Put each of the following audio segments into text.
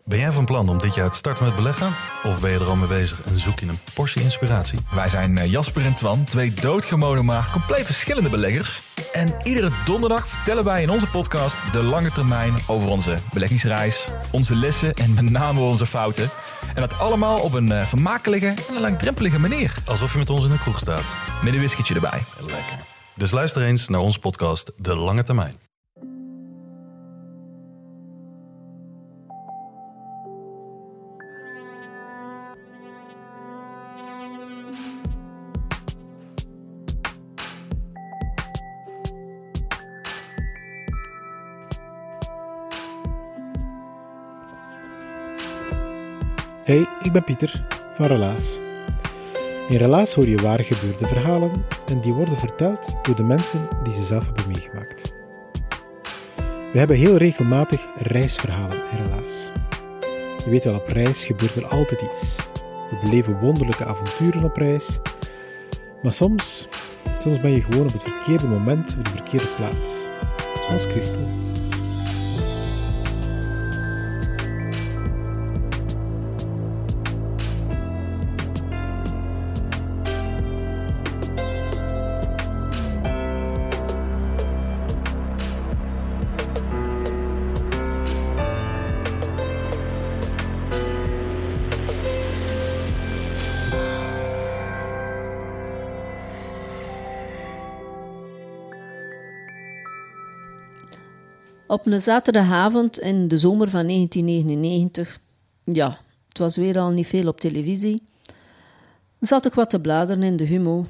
Ben jij van plan om dit jaar te starten met beleggen? Of ben je er al mee bezig en zoek je een portie inspiratie? Wij zijn Jasper en Twan, twee doodgewone maar compleet verschillende beleggers. En iedere donderdag vertellen wij in onze podcast de lange termijn over onze beleggingsreis, onze lessen en met name onze fouten. En dat allemaal op een vermakelijke en een langdrempelige manier. Alsof je met ons in een kroeg staat. Met een whiskytje erbij. Lekker. Dus luister eens naar onze podcast De Lange Termijn. Hey, ik ben Pieter van Relaas. In Relaas hoor je waar gebeurde verhalen en die worden verteld door de mensen die ze zelf hebben meegemaakt. We hebben heel regelmatig reisverhalen in Relaas. Je weet wel, op reis gebeurt er altijd iets. We beleven wonderlijke avonturen op reis, maar soms ben je gewoon op het verkeerde moment op de verkeerde plaats. Zoals Christel. Op een zaterdagavond in de zomer van 1999, ja, het was weer al niet veel op televisie, zat ik wat te bladeren in de Humo.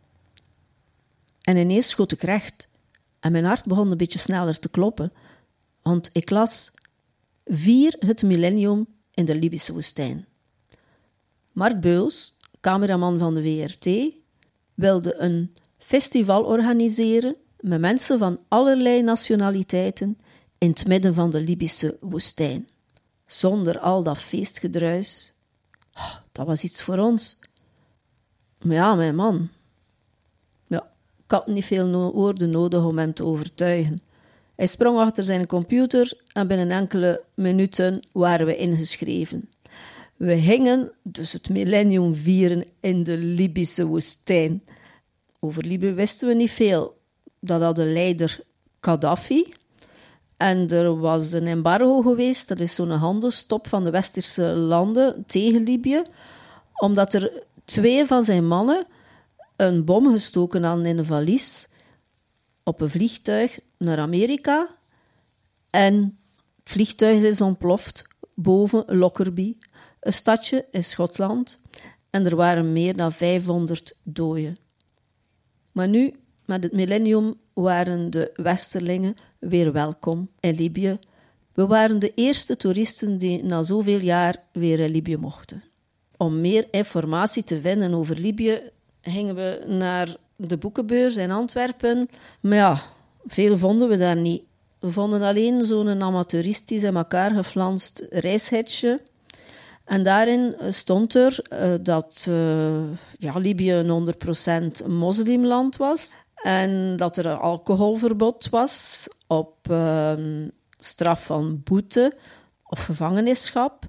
En ineens schoot ik recht en mijn hart begon een beetje sneller te kloppen, want ik las 4 het millennium in de Libische woestijn. Mark Beuls, cameraman van de VRT, wilde een festival organiseren met mensen van allerlei nationaliteiten in het midden van de Libische woestijn. Zonder al dat feestgedruis. Oh, dat was iets voor ons. Maar ja, mijn man. Ja, ik had niet veel woorden nodig om hem te overtuigen. Hij sprong achter zijn computer en binnen enkele minuten waren we ingeschreven. We gingen dus het millennium vieren in de Libische woestijn. Over Libië wisten we niet veel. Dat had de leider Gaddafi. En er was een embargo geweest, dat is zo'n handelsstop van de westerse landen tegen Libië, omdat er 2 van zijn mannen een bom gestoken hadden in een valies op een vliegtuig naar Amerika. En het vliegtuig is ontploft boven Lockerbie, een stadje in Schotland. En er waren meer dan 500 doden. Maar nu, met het millennium, waren de Westerlingen weer welkom in Libië. We waren de eerste toeristen die na zoveel jaar weer in Libië mochten. Om meer informatie te vinden over Libië gingen we naar de boekenbeurs in Antwerpen. Maar ja, veel vonden we daar niet. We vonden alleen zo'n amateuristisch in elkaar geflanst reishetsje. En daarin stond er dat Libië een 100% moslimland was. En dat er een alcoholverbod was op straf van boete of gevangenisschap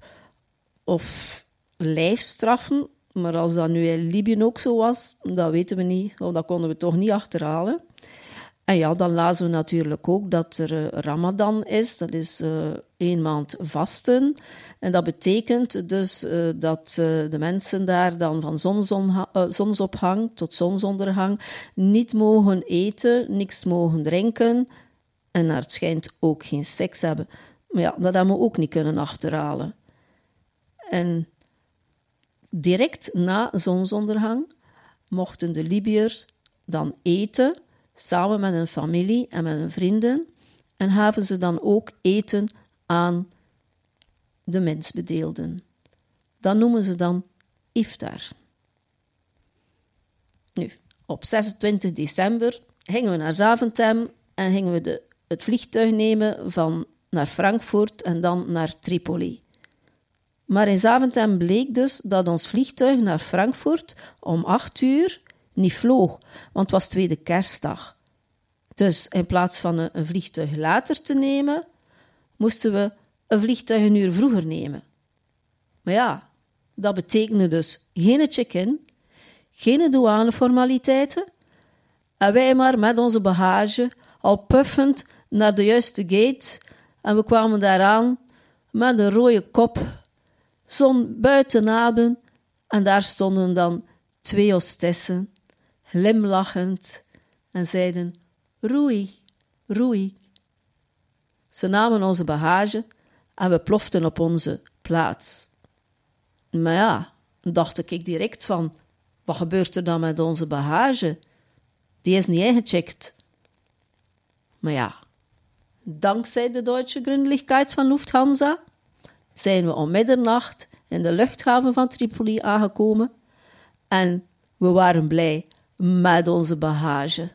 of lijfstraffen. Maar als dat nu in Libië ook zo was, dat weten we niet. Of dat konden we toch niet achterhalen. En ja, dan lazen we natuurlijk ook dat er Ramadan is. Dat is 1 maand vasten. En dat betekent dus dat de mensen daar dan van zonsopgang tot zonsondergang niet mogen eten, niks mogen drinken en naar het schijnt ook geen seks hebben. Maar ja, dat hebben we ook niet kunnen achterhalen. En direct na zonsondergang mochten de Libiërs dan eten, samen met hun familie en met hun vrienden, en gaven ze dan ook eten aan de mensbedeelden. Dat noemen ze dan iftar. Nu, op 26 december gingen we naar Zaventem en gingen we het vliegtuig nemen naar Frankfurt en dan naar Tripoli. Maar in Zaventem bleek dus dat ons vliegtuig naar Frankfurt om 8 uur niet vloog, want het was tweede kerstdag. Dus in plaats van een vliegtuig later te nemen, moesten we een vliegtuig een uur vroeger nemen. Maar ja, dat betekende dus geen check-in, geen douaneformaliteiten en wij maar met onze bagage al puffend naar de juiste gate en we kwamen daaraan met een rode kop, zon buiten adem en daar stonden dan 2 hostessen, glimlachend en zeiden roei, roei. Ze namen onze bagage en we ploften op onze plaats. Maar ja, dacht ik direct van, wat gebeurt er dan met onze bagage? Die is niet ingecheckt. Maar ja, dankzij de Duitse Gründlichkeit van Lufthansa zijn we om middernacht in de luchthaven van Tripoli aangekomen en we waren blij met onze bagage.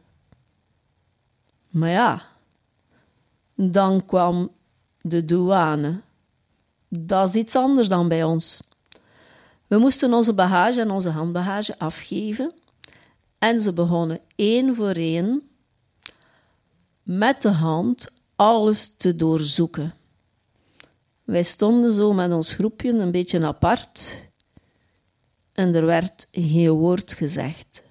Maar ja, dan kwam de douane. Dat is iets anders dan bij ons. We moesten onze bagage en onze handbagage afgeven en ze begonnen 1 voor 1 met de hand alles te doorzoeken. Wij stonden zo met ons groepje een beetje apart en er werd geen woord gezegd.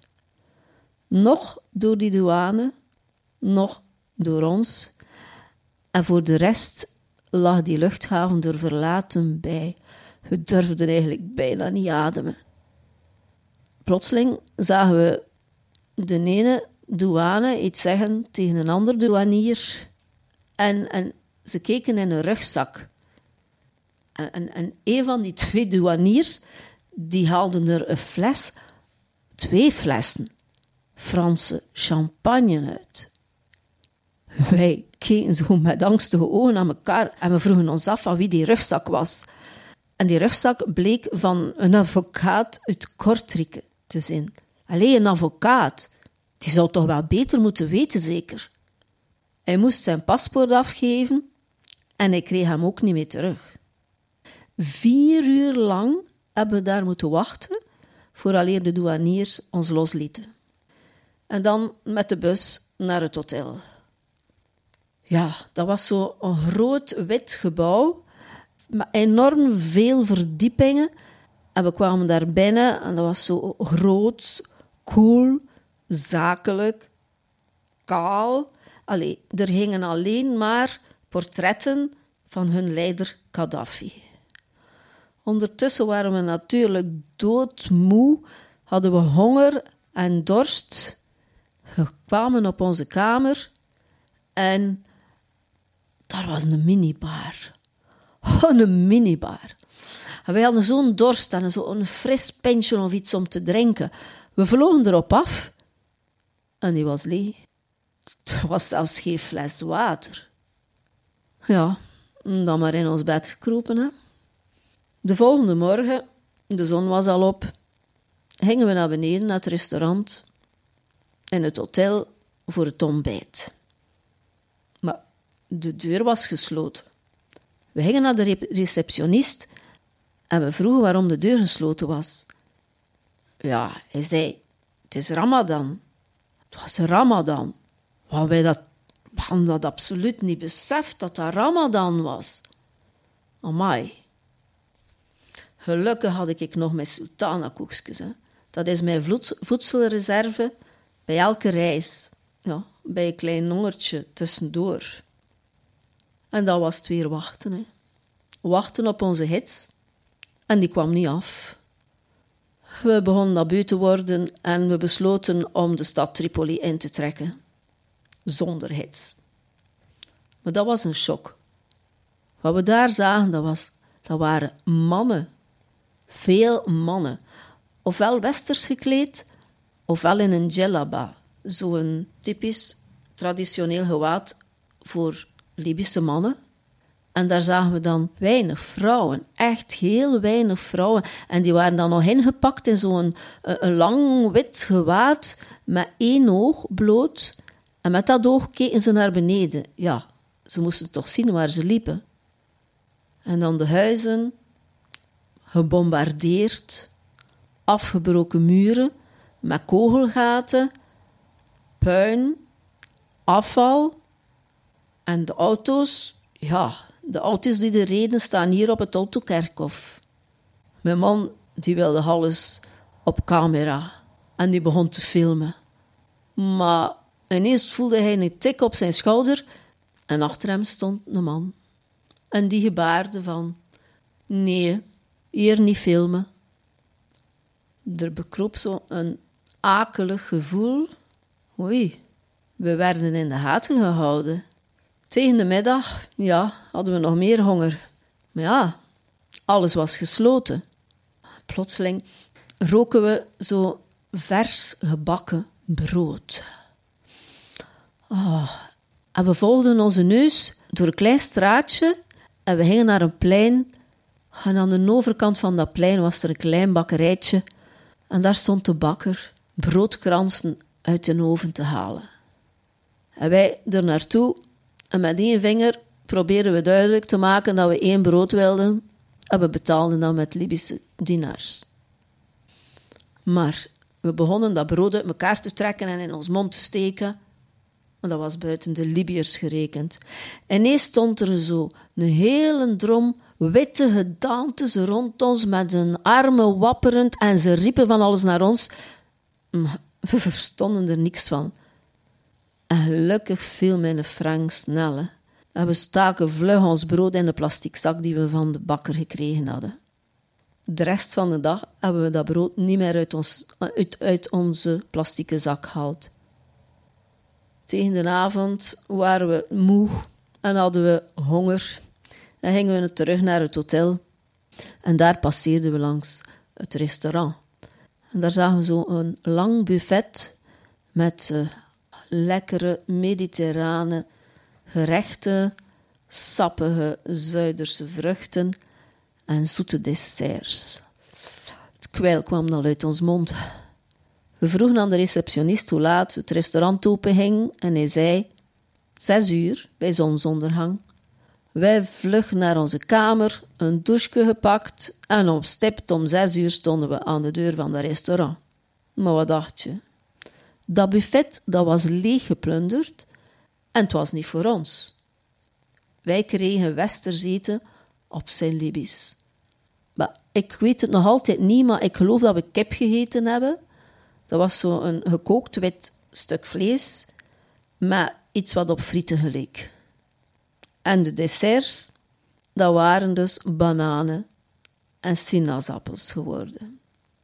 Nog door die douane, nog door ons. En voor de rest lag die luchthaven er verlaten bij. We durfden eigenlijk bijna niet ademen. Plotseling zagen we de ene douane iets zeggen tegen een ander douanier. En ze keken in een rugzak. En een van die 2 douaniers, die haalden er een fles, 2 flessen, Franse champagne uit. Wij keken zo met angstige ogen naar elkaar en we vroegen ons af van wie die rugzak was. En die rugzak bleek van een advocaat uit Kortrijk te zijn. Allee, een advocaat, die zou toch wel beter moeten weten, zeker. Hij moest zijn paspoort afgeven en hij kreeg hem ook niet meer terug. 4 uur lang hebben we daar moeten wachten vooraleer de douaniers ons loslieten. En dan met de bus naar het hotel. Ja, dat was zo een groot wit gebouw met enorm veel verdiepingen. En we kwamen daar binnen en dat was zo groot, cool, zakelijk, kaal. Allee, er hingen alleen maar portretten van hun leider Gaddafi. Ondertussen waren we natuurlijk doodmoe, hadden we honger en dorst. We kwamen op onze kamer en daar was een minibar. Oh, een minibar. En wij hadden zo'n dorst en zo'n fris pintje of iets om te drinken. We vlogen erop af en die was leeg. Er was zelfs geen fles water. Ja, dan maar in ons bed gekropen, hè. De volgende morgen, de zon was al op, gingen we naar beneden naar het restaurant in het hotel voor het ontbijt. Maar de deur was gesloten. We gingen naar de receptionist en we vroegen waarom de deur gesloten was. Ja, hij zei, het is Ramadan. Het was Ramadan. We hadden dat absoluut niet beseft dat dat Ramadan was. Amai. Gelukkig had ik nog mijn sultana-koekjes. Dat is mijn voedselreserve bij elke reis. Ja, bij een klein hongertje tussendoor. En dan was het weer wachten. Hè. Wachten op onze gids. En die kwam niet af. We begonnen abu te worden en we besloten om de stad Tripoli in te trekken. Zonder gids. Maar dat was een shock. Wat we daar zagen, dat waren mannen. Veel mannen. Ofwel westers gekleed, ofwel in een djellaba. Zo'n typisch traditioneel gewaad voor Libische mannen. En daar zagen we dan weinig vrouwen. Echt heel weinig vrouwen. En die waren dan nog ingepakt in zo'n een lang wit gewaad met 1 oog bloot. En met dat oog keken ze naar beneden. Ja, ze moesten toch zien waar ze liepen. En dan de huizen, gebombardeerd, afgebroken muren, met kogelgaten, puin, afval. En de auto's, ja, De auto's die er reden staan hier op het autokerkhof. Mijn man die wilde alles op camera en die begon te filmen. Maar ineens voelde hij een tik op zijn schouder en achter hem stond een man. En die gebaarde van, nee, hier niet filmen. Er bekroop zo een akelig gevoel. Oei, we werden in de gaten gehouden. Tegen de middag, hadden we nog meer honger. Maar ja, alles was gesloten. Plotseling roken we zo vers gebakken brood. En we volgden onze neus door een klein straatje en we gingen naar een plein. En aan de overkant van dat plein was er een klein bakkerijtje. En daar stond de bakker broodkransen uit de oven te halen. En wij er naartoe en met 1 vinger probeerden we duidelijk te maken dat we 1 brood wilden. En we betaalden dan met Libische dinars. Maar we begonnen dat brood uit elkaar te trekken en in ons mond te steken. En dat was buiten de Libiërs gerekend. En ineens stond er zo een hele drom witte gedaantes rond ons met hun armen wapperend en ze riepen van alles naar ons. Maar we verstonden er niks van. En gelukkig viel mijn frank snel. Hè. En we staken vlug ons brood in de plastic zak die we van de bakker gekregen hadden. De rest van de dag hebben we dat brood niet meer uit onze plastieke zak gehaald. Tegen de avond waren we moe en hadden we honger. En gingen we terug naar het hotel. En daar passeerden we langs het restaurant. En daar zagen we zo een lang buffet met lekkere mediterrane gerechten, sappige Zuiderse vruchten en zoete desserts. Het kwijl kwam al uit ons mond. We vroegen aan de receptionist hoe laat het restaurant open ging en hij zei 6 uur bij zonsondergang. Wij vlug naar onze kamer, een douche gepakt en op stipt om 6 uur stonden we aan de deur van het restaurant. Maar wat dacht je? Dat buffet dat was leeg geplunderd en het was niet voor ons. Wij kregen westers eten op zijn Libisch. Maar ik weet het nog altijd niet, maar ik geloof dat we kip gegeten hebben. Dat was zo een gekookt wit stuk vlees met iets wat op frieten geleek. En de desserts, dat waren dus bananen en sinaasappels geworden.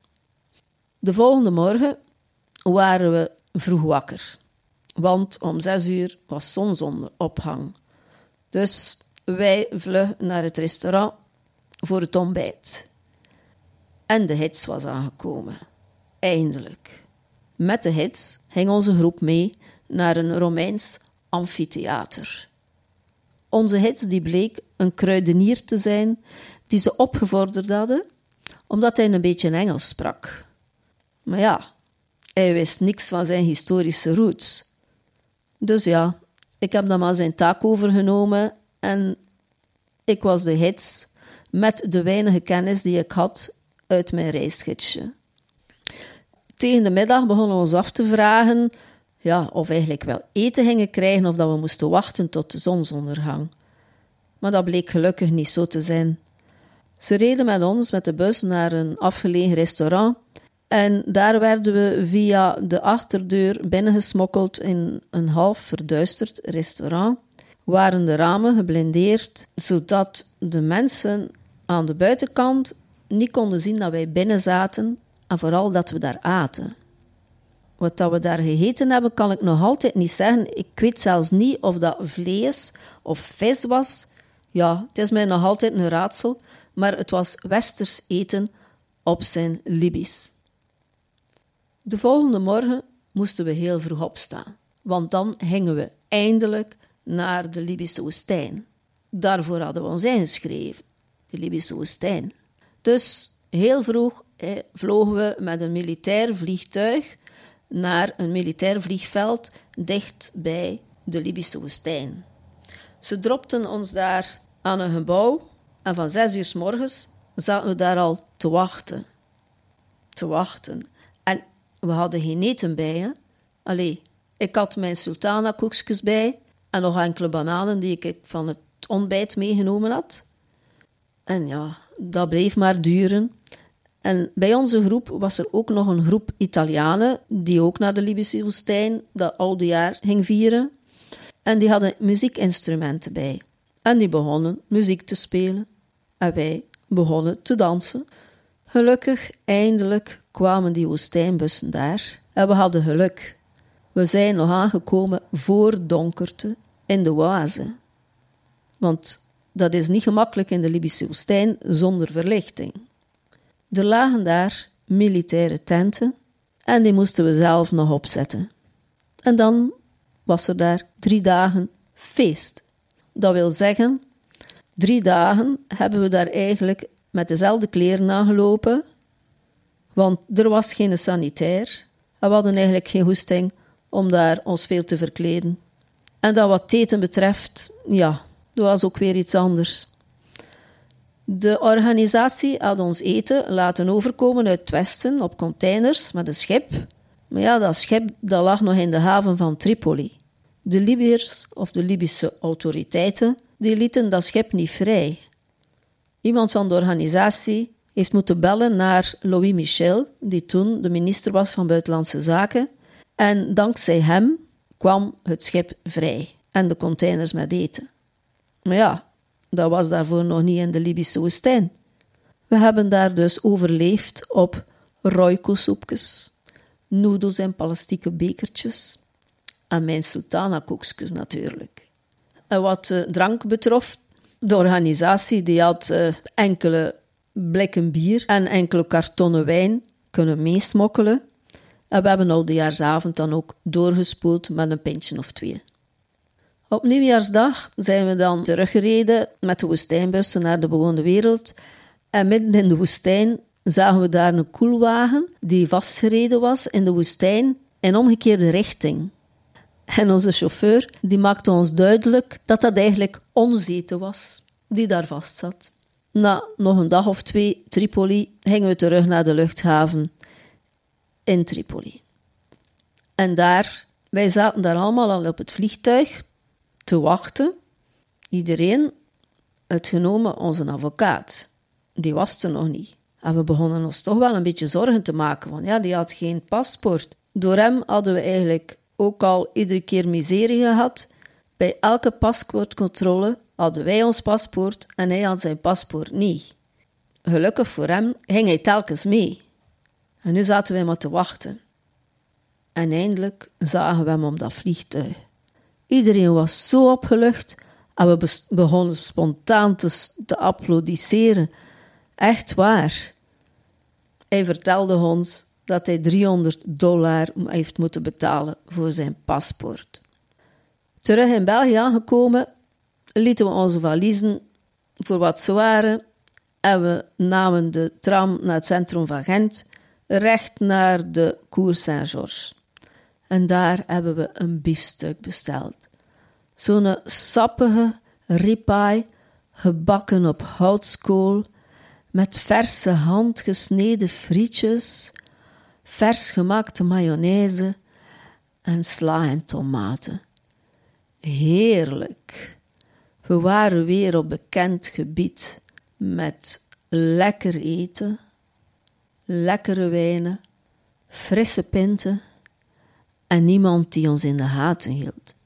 De volgende morgen waren we vroeg wakker, want om 6 uur was zonsopgang. Dus wij vlug naar het restaurant voor het ontbijt. En de hits was aangekomen. Eindelijk. Met de hits ging onze groep mee naar een Romeins amfitheater. Onze hits die bleek een kruidenier te zijn die ze opgevorderd hadden, omdat hij een beetje Engels sprak. Maar ja, hij wist niks van zijn historische roots. Dus ja, ik heb dan maar zijn taak overgenomen en ik was de hits met de weinige kennis die ik had uit mijn reisgidsje. Tegen de middag begonnen we ons af te vragen of we eigenlijk wel eten gingen krijgen of dat we moesten wachten tot de zonsondergang. Maar dat bleek gelukkig niet zo te zijn. Ze reden met ons met de bus naar een afgelegen restaurant en daar werden we via de achterdeur binnengesmokkeld in een half verduisterd restaurant. Waren de ramen geblindeerd, zodat de mensen aan de buitenkant niet konden zien dat wij binnen zaten en vooral dat we daar aten. Wat dat we daar gegeten hebben, kan ik nog altijd niet zeggen. Ik weet zelfs niet of dat vlees of vis was. Ja, het is mij nog altijd een raadsel, maar het was westers eten op zijn Libisch. De volgende morgen moesten we heel vroeg opstaan, want dan gingen we eindelijk naar de Libische woestijn. Daarvoor hadden we ons ingeschreven, de Libische woestijn. Dus heel vroeg vlogen we met een militair vliegtuig naar een militair vliegveld dicht bij de Libische woestijn. Ze dropten ons daar aan een gebouw en van 6 uur 's morgens zaten we daar al te wachten. En we hadden geen eten bij. Hè? Allee, ik had mijn sultana-koekjes bij en nog enkele bananen die ik van het het ontbijt meegenomen had. En ja, dat bleef maar duren. En bij onze groep was er ook nog een groep Italianen die ook naar de Libische woestijn dat oude jaar ging vieren. En die hadden muziekinstrumenten bij. En die begonnen muziek te spelen. En wij begonnen te dansen. Gelukkig, eindelijk kwamen die woestijnbussen daar. En we hadden geluk. We zijn nog aangekomen voor donkerte in de oase. Want dat is niet gemakkelijk in de Libische woestijn zonder verlichting. Er lagen daar militaire tenten en die moesten we zelf nog opzetten. En dan was er daar 3 dagen feest. Dat wil zeggen, 3 dagen hebben we daar eigenlijk met dezelfde kleren aangelopen, want er was geen sanitair en we hadden eigenlijk geen goesting om daar ons veel te verkleden. En dat wat eten betreft, ja, dat was ook weer iets anders. De organisatie had ons eten laten overkomen uit het westen op containers met een schip. Maar ja, dat schip dat lag nog in de haven van Tripoli. De Libiërs of de Libische autoriteiten die lieten dat schip niet vrij. Iemand van de organisatie heeft moeten bellen naar Louis Michel, die toen de minister was van Buitenlandse Zaken. En dankzij hem kwam het schip vrij en de containers met eten. Maar ja, dat was daarvoor nog niet in de Libische woestijn. We hebben daar dus overleefd op roiko-soepjes, noedels in plastieke bekertjes en mijn sultana-koekjes natuurlijk. En wat drank betrof, de organisatie die had enkele blikken bier en enkele kartonnen wijn kunnen meesmokkelen. En we hebben oudejaarsavond dan ook doorgespoeld met een pintje of 2. Op nieuwjaarsdag zijn we dan teruggereden met de woestijnbussen naar de bewoonde wereld. En midden in de woestijn zagen we daar een koelwagen die vastgereden was in de woestijn in omgekeerde richting. En onze chauffeur die maakte ons duidelijk dat dat eigenlijk ons eten was die daar vast zat. Na nog een dag of 2 Tripoli gingen we terug naar de luchthaven in Tripoli. En wij zaten daar allemaal al op het vliegtuig te wachten. Iedereen, uitgenomen onze advocaat, die was er nog niet. En we begonnen ons toch wel een beetje zorgen te maken, want ja, die had geen paspoort. Door hem hadden we eigenlijk ook al iedere keer miserie gehad. Bij elke paspoortcontrole hadden wij ons paspoort en hij had zijn paspoort niet. Gelukkig voor hem ging hij telkens mee. En nu zaten wij maar te wachten. En eindelijk zagen we hem op dat vliegtuig. Iedereen was zo opgelucht en we begonnen spontaan te applaudisseren. Echt waar. Hij vertelde ons dat hij $300 heeft moeten betalen voor zijn paspoort. Terug in België aangekomen, lieten we onze valiezen voor wat ze waren en we namen de tram naar het centrum van Gent, recht naar de Cour Saint-Georges. En daar hebben we een biefstuk besteld. Zo'n sappige ribeye, gebakken op houtskool, met verse handgesneden frietjes, vers gemaakte mayonaise en sla en tomaten. Heerlijk. We waren weer op bekend gebied met lekker eten, lekkere wijnen, frisse pinten en niemand die ons in de gaten hield.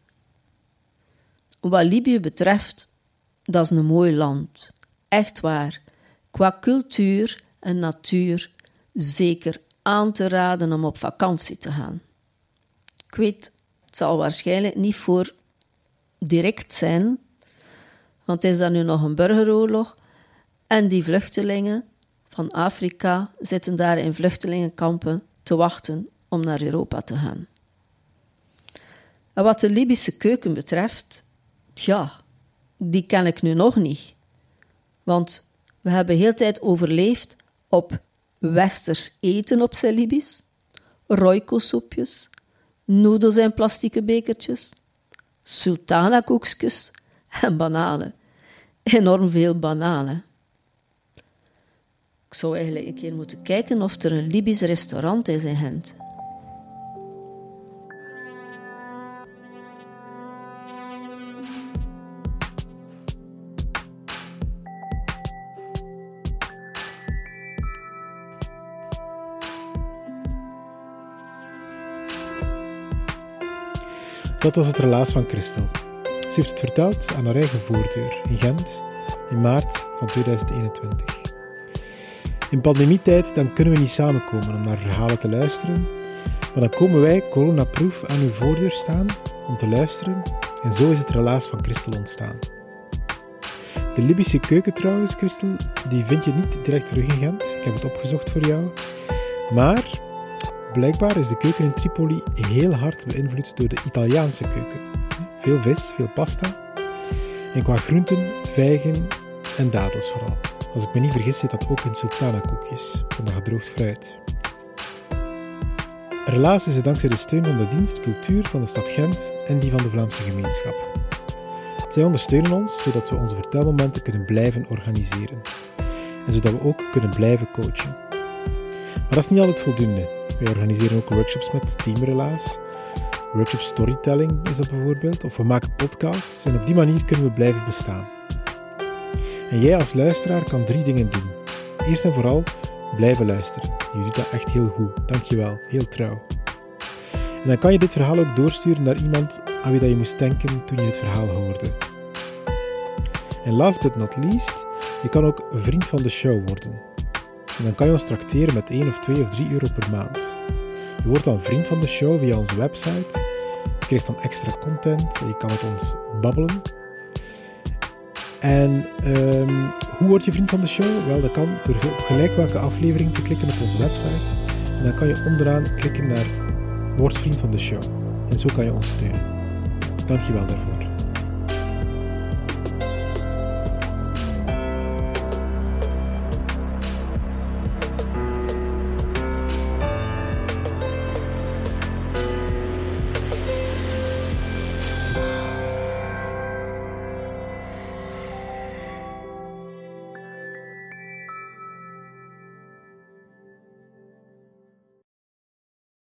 Wat Libië betreft, dat is een mooi land. Echt waar. Qua cultuur en natuur zeker aan te raden om op vakantie te gaan. Ik weet, het zal waarschijnlijk niet voor direct zijn, want is dat nu nog een burgeroorlog en die vluchtelingen van Afrika zitten daar in vluchtelingenkampen te wachten om naar Europa te gaan. En wat de Libische keuken betreft, ja, die ken ik nu nog niet. Want we hebben heel de tijd overleefd op westers eten op zijn Libisch, roiko-soepjes, noedels in plastieke bekertjes, sultana-koekjes en bananen. Enorm veel bananen. Ik zou eigenlijk een keer moeten kijken of er een Libisch restaurant is in Gent. Dat was het relaas van Christel. Ze heeft het verteld aan haar eigen voordeur in Gent in maart van 2021. In pandemietijd dan kunnen we niet samenkomen om naar verhalen te luisteren, maar dan komen wij coronaproof aan uw voordeur staan om te luisteren en zo is het relaas van Christel ontstaan. De Libische keuken trouwens, Christel, die vind je niet direct terug in Gent. Ik heb het opgezocht voor jou. Maar blijkbaar is de keuken in Tripoli heel hard beïnvloed door de Italiaanse keuken. Veel vis, veel pasta. En qua groenten, vijgen en dadels vooral. Als ik me niet vergis zit dat ook in sultana-koekjes, van dat gedroogd fruit. Relaas is het dankzij de steun van de dienst Cultuur van de stad Gent en die van de Vlaamse gemeenschap. Zij ondersteunen ons, zodat we onze vertelmomenten kunnen blijven organiseren. En zodat we ook kunnen blijven coachen. Maar dat is niet altijd voldoende. Wij organiseren ook workshops met Team Relaas. Workshop storytelling is dat bijvoorbeeld. Of we maken podcasts en op die manier kunnen we blijven bestaan. En jij als luisteraar kan 3 dingen doen. Eerst en vooral, blijven luisteren. Je doet dat echt heel goed. Dankjewel. Heel trouw. En dan kan je dit verhaal ook doorsturen naar iemand aan wie dat je moest denken toen je het verhaal hoorde. En last but not least, je kan ook een vriend van de show worden. En dan kan je ons trakteren met 1 of 2 of 3 euro per maand. Je wordt dan vriend van de show via onze website. Je krijgt dan extra content. Je kan met ons babbelen. En hoe word je vriend van de show? Wel, dat kan door op gelijk welke aflevering te klikken op onze website. En dan kan je onderaan klikken naar Word vriend van de show. En zo kan je ons steunen. Dankjewel daarvoor.